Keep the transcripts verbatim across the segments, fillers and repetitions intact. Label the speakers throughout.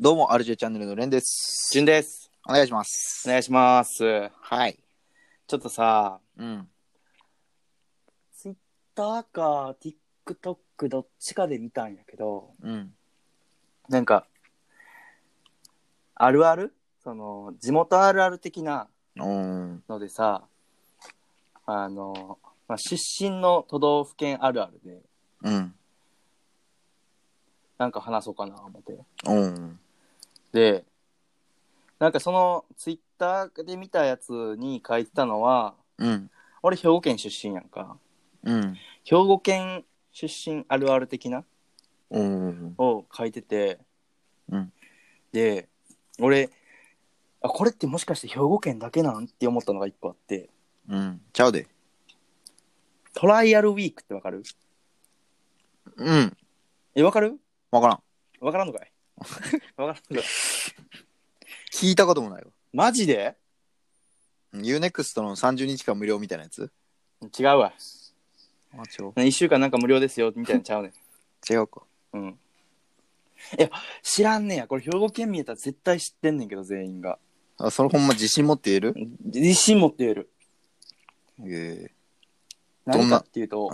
Speaker 1: どうも、アールジェー チャンネルのレンです。
Speaker 2: じゅんです。
Speaker 1: お願いします。
Speaker 2: お願いします。
Speaker 1: はい。
Speaker 2: ちょっとさ、
Speaker 1: うん。
Speaker 2: Twitter か TikTok どっちかで見たんやけど、
Speaker 1: うん。
Speaker 2: なんか、あるあるその、地元あるある的な
Speaker 1: おー。
Speaker 2: のでさ、あの、まあ、出身の都道府県あるあるで、
Speaker 1: うん。
Speaker 2: なんか話そうかな思って。
Speaker 1: おー。
Speaker 2: で、なんかその Twitter で見たやつに書いてたのは、
Speaker 1: うん。
Speaker 2: 俺兵庫県出身やんか。
Speaker 1: うん。
Speaker 2: 兵庫県出身あるある的な
Speaker 1: おー。
Speaker 2: を書いてて、
Speaker 1: うん。
Speaker 2: で、俺、あ、これってもしかして兵庫県だけなんって思ったのが一個あって、
Speaker 1: うん。ちゃうで。
Speaker 2: トライアルウィークってわかる？
Speaker 1: うん。
Speaker 2: え、わかる？
Speaker 1: わからん。
Speaker 2: わからんのかい？わからんのかい？
Speaker 1: 聞いたこともないわ。
Speaker 2: マジで？
Speaker 1: ユーネクストのさんじゅうにちかん無料みたいなやつ。
Speaker 2: 違うわ。
Speaker 1: あ、違う。
Speaker 2: 一週間なんか無料ですよみたいなちゃうねん。
Speaker 1: 違うか。
Speaker 2: うん。いや、知らんねや。これ兵庫県民やったら絶対知ってんねんけど、全員が。
Speaker 1: あ、それほんま自信持って言える？
Speaker 2: 自信持って言える。
Speaker 1: ええ。
Speaker 2: 何かっていうと、
Speaker 1: うん。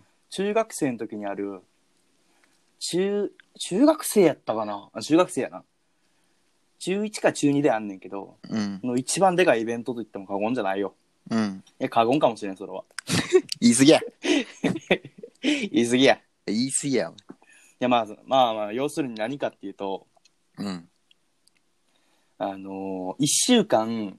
Speaker 2: 中学生の時にある、中、中学生やったかなあ、中学生やな。中いちか中にであんねんけど、
Speaker 1: うん。
Speaker 2: の一番でかいイベントと言っても過言じゃないよ。
Speaker 1: うん。
Speaker 2: いや、過言かもしれん、それは。
Speaker 1: 言い過ぎや。
Speaker 2: 言い過ぎや。い
Speaker 1: 言い過ぎや。
Speaker 2: や、まあ、まあまあ、要するに何かっていうと、
Speaker 1: うん。
Speaker 2: あのー、一週間、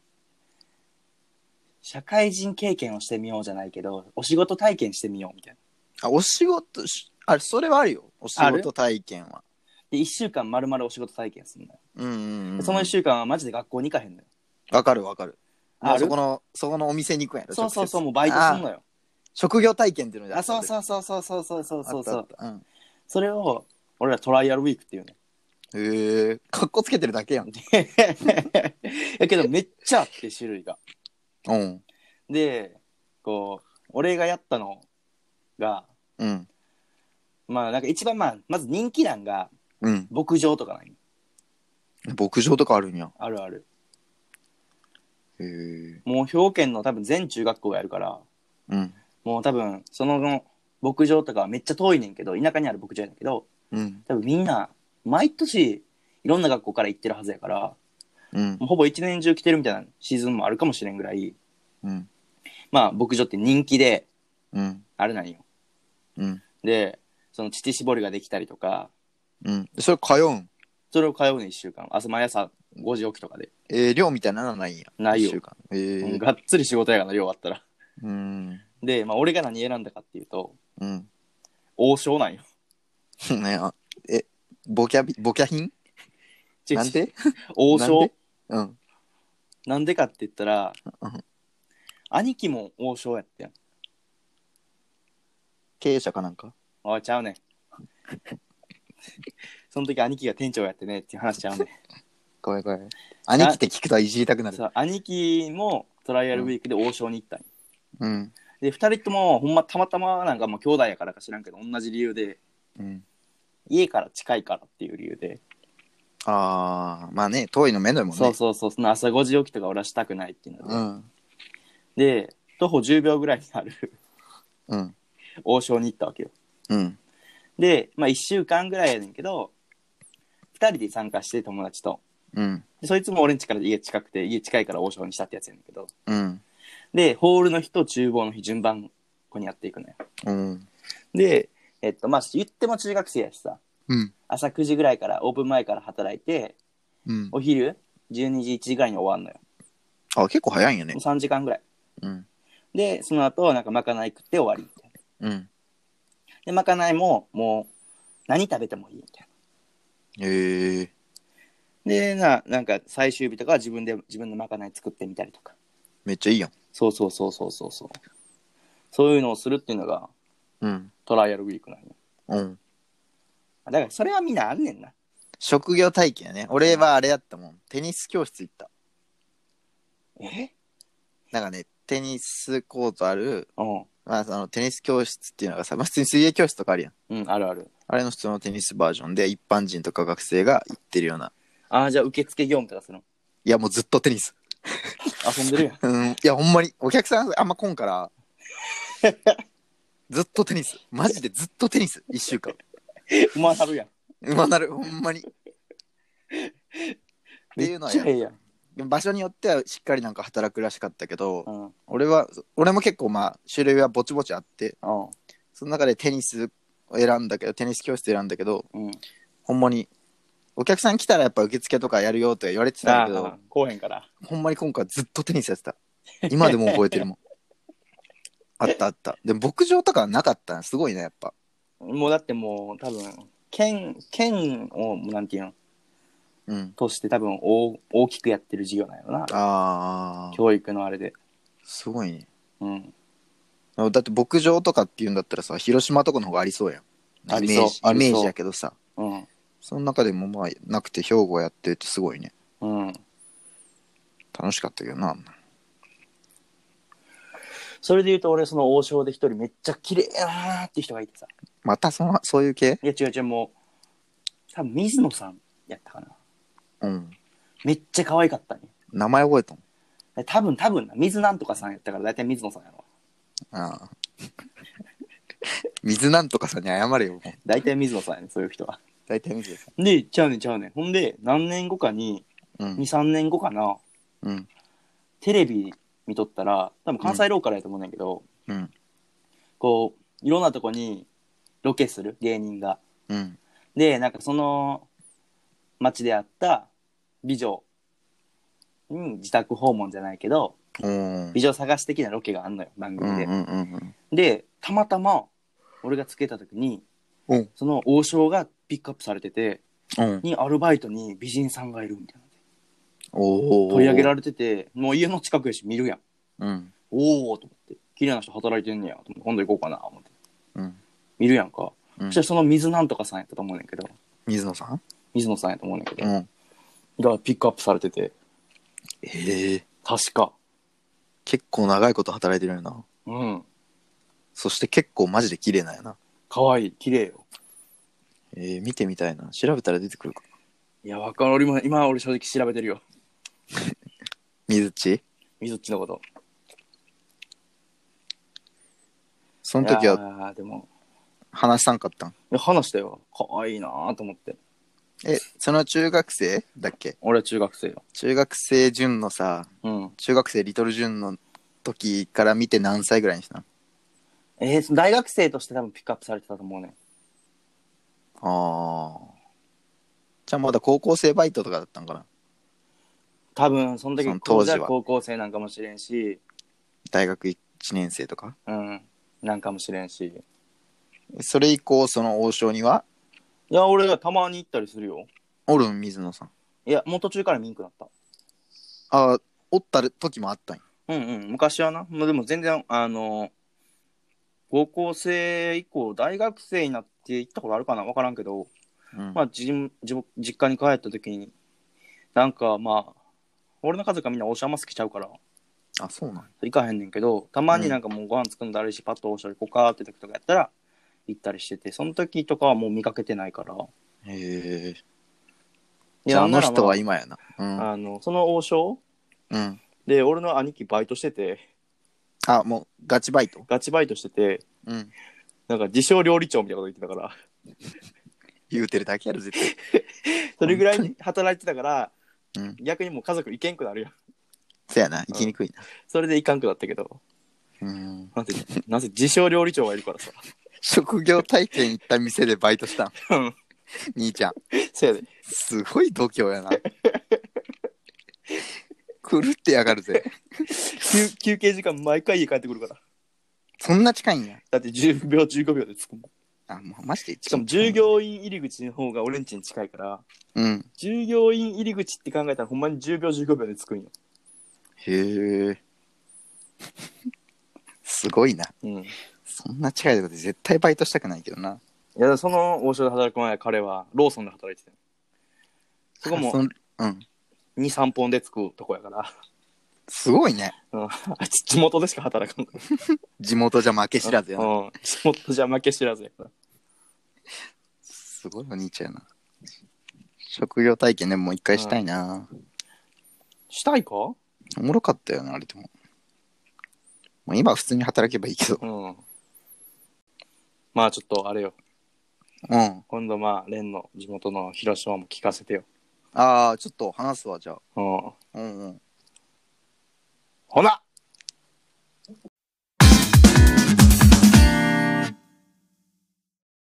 Speaker 2: 社会人経験をしてみようじゃないけど、お仕事体験してみようみたいな。
Speaker 1: あ、お仕事し、あれ、それはあるよ。お仕事体験は。
Speaker 2: で、一週間丸々お仕事体験するのよ。
Speaker 1: うんうんうんうん。
Speaker 2: その一週間はマジで学校に行かへんのよ。
Speaker 1: わかるわかる。も
Speaker 2: ある？
Speaker 1: うそこの、そこのお店に行くんやろ、
Speaker 2: そうそうそう、
Speaker 1: 直接。
Speaker 2: もうバイトすんのよ。
Speaker 1: 職業体験っていうのであ
Speaker 2: あ、
Speaker 1: った
Speaker 2: そうそうそうそうそうそうそうそうそう。
Speaker 1: あったあった。うん。
Speaker 2: それを、俺らトライアルウィークっていうね。
Speaker 1: へえ、かっこつけてるだけやん。
Speaker 2: やけどめっちゃあって種類が。
Speaker 1: うん。
Speaker 2: で、こう、俺がやったのが、
Speaker 1: うん。
Speaker 2: まあなんか一番まあ、まず人気なんが、
Speaker 1: うん。
Speaker 2: 牧場とかない
Speaker 1: 牧場とかあるんや。
Speaker 2: あるある。
Speaker 1: へえ。
Speaker 2: もう兵庫県の多分全中学校がやるから、
Speaker 1: うん。
Speaker 2: もう多分その牧場とかはめっちゃ遠いねんけど、田舎にある牧場やねんけど、
Speaker 1: うん。
Speaker 2: 多分みんな、毎年いろんな学校から行ってるはずやから、
Speaker 1: うん。
Speaker 2: もうほぼ一年中来てるみたいなシーズンもあるかもしれんぐらい、
Speaker 1: うん。
Speaker 2: まあ牧場って人気で、
Speaker 1: うん。
Speaker 2: あれなんよ。
Speaker 1: うん。
Speaker 2: で、その乳搾りができたりとか、
Speaker 1: うん。それ通うん
Speaker 2: それを通うねん、一週間。朝、毎朝ごじ起きとかで。
Speaker 1: えー、寮みたいなのはないんや。
Speaker 2: ないよ。
Speaker 1: 一週間。えー。
Speaker 2: うん、がっつり仕事やから、ようあったら。
Speaker 1: うん。
Speaker 2: で、まあ、俺が何選んだかっていうと、
Speaker 1: うん。
Speaker 2: 王将なんよ。
Speaker 1: ねあ、え、ボキャビ、ボキャ品
Speaker 2: 違う違う
Speaker 1: なんで
Speaker 2: 王将
Speaker 1: なんでうん。
Speaker 2: なんでかって言ったら、
Speaker 1: うん
Speaker 2: 兄貴も王将やってん。
Speaker 1: 経営者かなんか
Speaker 2: おい、ちゃうねん。その時兄貴が店長やってねっていう話ちゃうねん。
Speaker 1: ごめんごめん。兄貴って聞くといじりたくなる。
Speaker 2: さあ、兄貴もトライアルウィークで王将に行ったんよ。
Speaker 1: うん。
Speaker 2: で、二人ともほんまたまたまなんかもう兄弟やからか知らんけど、同じ理由で、
Speaker 1: うん。
Speaker 2: 家から近いからっていう理由で、
Speaker 1: ああ、まあね、遠いのめんどいもんね。
Speaker 2: そうそうそう、その朝ごじ起きとか俺はしたくないっていうので、
Speaker 1: うん。
Speaker 2: で、徒歩じゅうびょうぐらいにある
Speaker 1: うん。
Speaker 2: 王将に行ったわけよ。
Speaker 1: うん。
Speaker 2: で、まあいっしゅうかんぐらいやねんけど、ふたりで参加して友達と。
Speaker 1: うん。
Speaker 2: でそいつも俺ん家から家近くて、家近いから王将にしたってやつやねんけど。
Speaker 1: うん。
Speaker 2: で、ホールの日と厨房の日順番こにやっていくのよ。
Speaker 1: うん。
Speaker 2: で、えっと、まあ言っても中学生やしさ、
Speaker 1: うん。
Speaker 2: 朝くじぐらいからオープン前から働いて、
Speaker 1: うん。
Speaker 2: お昼じゅうにじいちじぐらいに終わんのよ。
Speaker 1: あ、結構早いんやね。
Speaker 2: さんじかんぐらい。
Speaker 1: うん。
Speaker 2: で、その後なんかまかない食って終わりみたいな。
Speaker 1: うん。
Speaker 2: で、まかないももう何食べてもいいみたいな。
Speaker 1: へえ。
Speaker 2: で、な、なんか最終日とかは自分で自分のまかない作ってみたりとか。
Speaker 1: めっちゃいいやん。
Speaker 2: そうそうそうそうそうそう。そういうのをするっていうのが
Speaker 1: うん。
Speaker 2: トライアルウィークなんよ。
Speaker 1: うん。
Speaker 2: だからそれはみんなあんねんな。
Speaker 1: 職業体験やね。俺はあれやったもん。テニス教室行った。
Speaker 2: え？
Speaker 1: なんかね、テニスコートある、
Speaker 2: うん。
Speaker 1: まあ、あのテニス教室っていうのがさ、まあ、普通に水泳教室とかあるやん。
Speaker 2: うん、あるある。
Speaker 1: あれの普通のテニスバージョンで一般人とか学生が行ってるような。
Speaker 2: ああ、じゃあ受付業務とかするの？
Speaker 1: いやもうずっとテニス。
Speaker 2: 遊んでるやん。
Speaker 1: うん。いやほんまにお客さんあんま来んからずっとテニス。マジでずっとテニス。一週間。
Speaker 2: うまなるやん。
Speaker 1: うまなるほんまに。っていうのはや
Speaker 2: めっちゃええやん。
Speaker 1: でも場所によってはしっかりなんか働くらしかったけど、
Speaker 2: うん。
Speaker 1: 俺は俺も結構まあ種類はぼちぼちあって、
Speaker 2: うん
Speaker 1: その中でテニスを選んだけどテニス教室選んだけど、
Speaker 2: うん。
Speaker 1: ほんまにお客さん来たらやっぱ受付とかやるよとか言われてたんだけど、
Speaker 2: ああ、こうへんから。
Speaker 1: ほんまに今回ずっとテニスやってた。今でも覚えてるもん。あったあった。でも牧場とかはなかったんすごいねやっぱ。
Speaker 2: もうだってもう多分、県、県を、なんていうの、
Speaker 1: うん。
Speaker 2: として多分大大きくやってる事業なんやろな。
Speaker 1: ああ。
Speaker 2: 教育のあれで。
Speaker 1: すごいね。
Speaker 2: うん。
Speaker 1: だって牧場とかっていうんだったらさ、広島とかの方がありそうやん。
Speaker 2: ありそう
Speaker 1: イメージ
Speaker 2: ありそう
Speaker 1: イメージやけどさ。
Speaker 2: うん。
Speaker 1: その中でもまあなくて兵庫やってるってすごいね。
Speaker 2: うん。
Speaker 1: 楽しかったけどな。
Speaker 2: それで言うと俺その王将で一人めっちゃ綺麗やなーっていう人がいてさ。
Speaker 1: またそのそういう系？
Speaker 2: いや違う違う、もう、多分水野さんやったかな。
Speaker 1: うん。
Speaker 2: めっちゃ可愛かったね。
Speaker 1: 名前覚えたん？
Speaker 2: で多分多分な、水なんとかさんやったから大体水野さんやろ。
Speaker 1: ああ。水なんとかさんに謝れよ。もう
Speaker 2: 大体水野さんやね、そういう人は。
Speaker 1: 大体水です。
Speaker 2: で、ちゃうねんちゃうねん。ほんで、何年後かに、
Speaker 1: うん
Speaker 2: に、。さんねんごかな、
Speaker 1: うん。
Speaker 2: テレビ見とったら、多分関西ローカルやと思うねんだけど、
Speaker 1: うん。
Speaker 2: こう、いろんなとこにロケする芸人が。
Speaker 1: うん。
Speaker 2: で、なんかその街であった美女に自宅訪問じゃないけど、
Speaker 1: おー
Speaker 2: 美女探し的なロケがあんのよ、番組で。
Speaker 1: うんうんうん
Speaker 2: で、たまたま俺がつけた時に、
Speaker 1: うん。
Speaker 2: その王将がピックアップされてて、
Speaker 1: うん。
Speaker 2: にアルバイトに美人さんがいるみたいな。
Speaker 1: おお。
Speaker 2: 取り上げら
Speaker 1: れ。
Speaker 2: れてて、もう家の近くやし見るやん。
Speaker 1: うん。
Speaker 2: おおと思って、綺麗な人働いてんねやと思って、今度行こうかな思って。
Speaker 1: うん。
Speaker 2: 見るやんか。
Speaker 1: うん
Speaker 2: そしたらその水なんとかさんやったと思うねんけど、
Speaker 1: 水野さん？
Speaker 2: 水野さんやと思うねんけど、
Speaker 1: うん。
Speaker 2: がピックアップされてて、
Speaker 1: へえ。
Speaker 2: 確か。
Speaker 1: 結構長いこと働いてるよな。
Speaker 2: うん。
Speaker 1: そして結構マジで綺麗なんやな。
Speaker 2: かわいい、綺麗よ。
Speaker 1: えー、見てみたいな。調べたら出てくるか。
Speaker 2: いや、わかる。俺も、今俺正直調べてるよ。
Speaker 1: 水地？
Speaker 2: 水っちのこと。
Speaker 1: その時は
Speaker 2: いやーでも、
Speaker 1: 話さんかったん？
Speaker 2: いや話したよ。かわいいなーと思って。
Speaker 1: え、その中学生だっけ？
Speaker 2: 俺は中学生よ。
Speaker 1: 中学生純のさ、
Speaker 2: うん。
Speaker 1: 中学生リトル純の時から見て何歳ぐらいにしたの？
Speaker 2: えー、その大学生として多分ピックアップされてたと思うね。
Speaker 1: ああ。じゃあまだ高校生バイトとかだったんかな？
Speaker 2: 多分、その時
Speaker 1: その当時は
Speaker 2: 当時は高校生なんかもしれんし、
Speaker 1: 大学いちねん生とか？
Speaker 2: うん、なんかもしれんし。
Speaker 1: それ以降その王将にはい
Speaker 2: や、俺がたまに行ったりするよ。
Speaker 1: おるん？水野さん。
Speaker 2: いや、もう途中からミンクなった。
Speaker 1: ああ、おった時もあったんや。
Speaker 2: うんうん、昔はな。まあ、でも全然、あの、高校生以降、大学生になって行ったことあるかなわからんけど、
Speaker 1: うん。
Speaker 2: まあ、じじ実家に帰った時に、なんかまあ、俺の家族はみんなおしゃま好きちゃうから、
Speaker 1: あ、そうなんや。
Speaker 2: 行かへんねんけど、たまになんかもうご飯作るのだるいし、パッとおしゃれ行こうかって時とかやったら、行ったりしてて、その時とかはもう見かけてないから。
Speaker 1: へえ。
Speaker 2: で
Speaker 1: じゃああの
Speaker 2: なんならま
Speaker 1: 人は今やな。うん。
Speaker 2: あの、その王将
Speaker 1: うん。
Speaker 2: で、俺の兄貴バイトしてて、
Speaker 1: あ、もうガチバイト？
Speaker 2: ガチバイトしてて、
Speaker 1: うん。
Speaker 2: なんか自称料理長みたいなこと言ってたから、
Speaker 1: 言うてるだけやろ絶対。
Speaker 2: それぐらいに働いてたから、
Speaker 1: うん。
Speaker 2: 逆にもう家族行けんくなるやん。
Speaker 1: そやな、行きにくいな。
Speaker 2: それで行かんくなったけど、
Speaker 1: うん。
Speaker 2: なんせ、なんせ自称料理長がいるからさ。
Speaker 1: 職業体験行った店でバイトしたん？
Speaker 2: うん。
Speaker 1: 兄ちゃん。
Speaker 2: せやで。
Speaker 1: すごい度胸やな。狂ってやがるぜ。
Speaker 2: 休休憩時間毎回家帰ってくるから。
Speaker 1: そんな近いんや。
Speaker 2: だってじゅうびょう、じゅうごびょうで着くもん。
Speaker 1: あ、もうマジで。
Speaker 2: しかも従業員入り口の方が俺ん家に近いから、
Speaker 1: うん。
Speaker 2: 従業員入り口って考えたらほんまにじゅうびょう、じゅうごびょうで着くんよ。
Speaker 1: へえ。すごいな。
Speaker 2: うん。い
Speaker 1: そんな近いとこで絶対バイトしたくないけどな。
Speaker 2: や、その王将で働く前、彼はローソンで働いてたよ。そこも
Speaker 1: そんうん。
Speaker 2: に、さんぽんで着くとこやから。
Speaker 1: すごいね。
Speaker 2: うん。あいつ地元でしか働かんから。
Speaker 1: 地元じゃ負け知らずやな。
Speaker 2: うん。地元じゃ負け知らずやから。
Speaker 1: すごいお兄ちゃんやな。職業体験でももう一回したいな、
Speaker 2: したいか？
Speaker 1: おもろかったよな、あれでも。もう今は普通に働けばいいけど。
Speaker 2: うん。まあちょっとあれよ。
Speaker 1: うん。
Speaker 2: 今度まあ、レンの地元の広島も聞かせてよ。
Speaker 1: ああ、ちょっと話すわ、じゃあ。
Speaker 2: うん。
Speaker 1: うんうん。
Speaker 2: ほな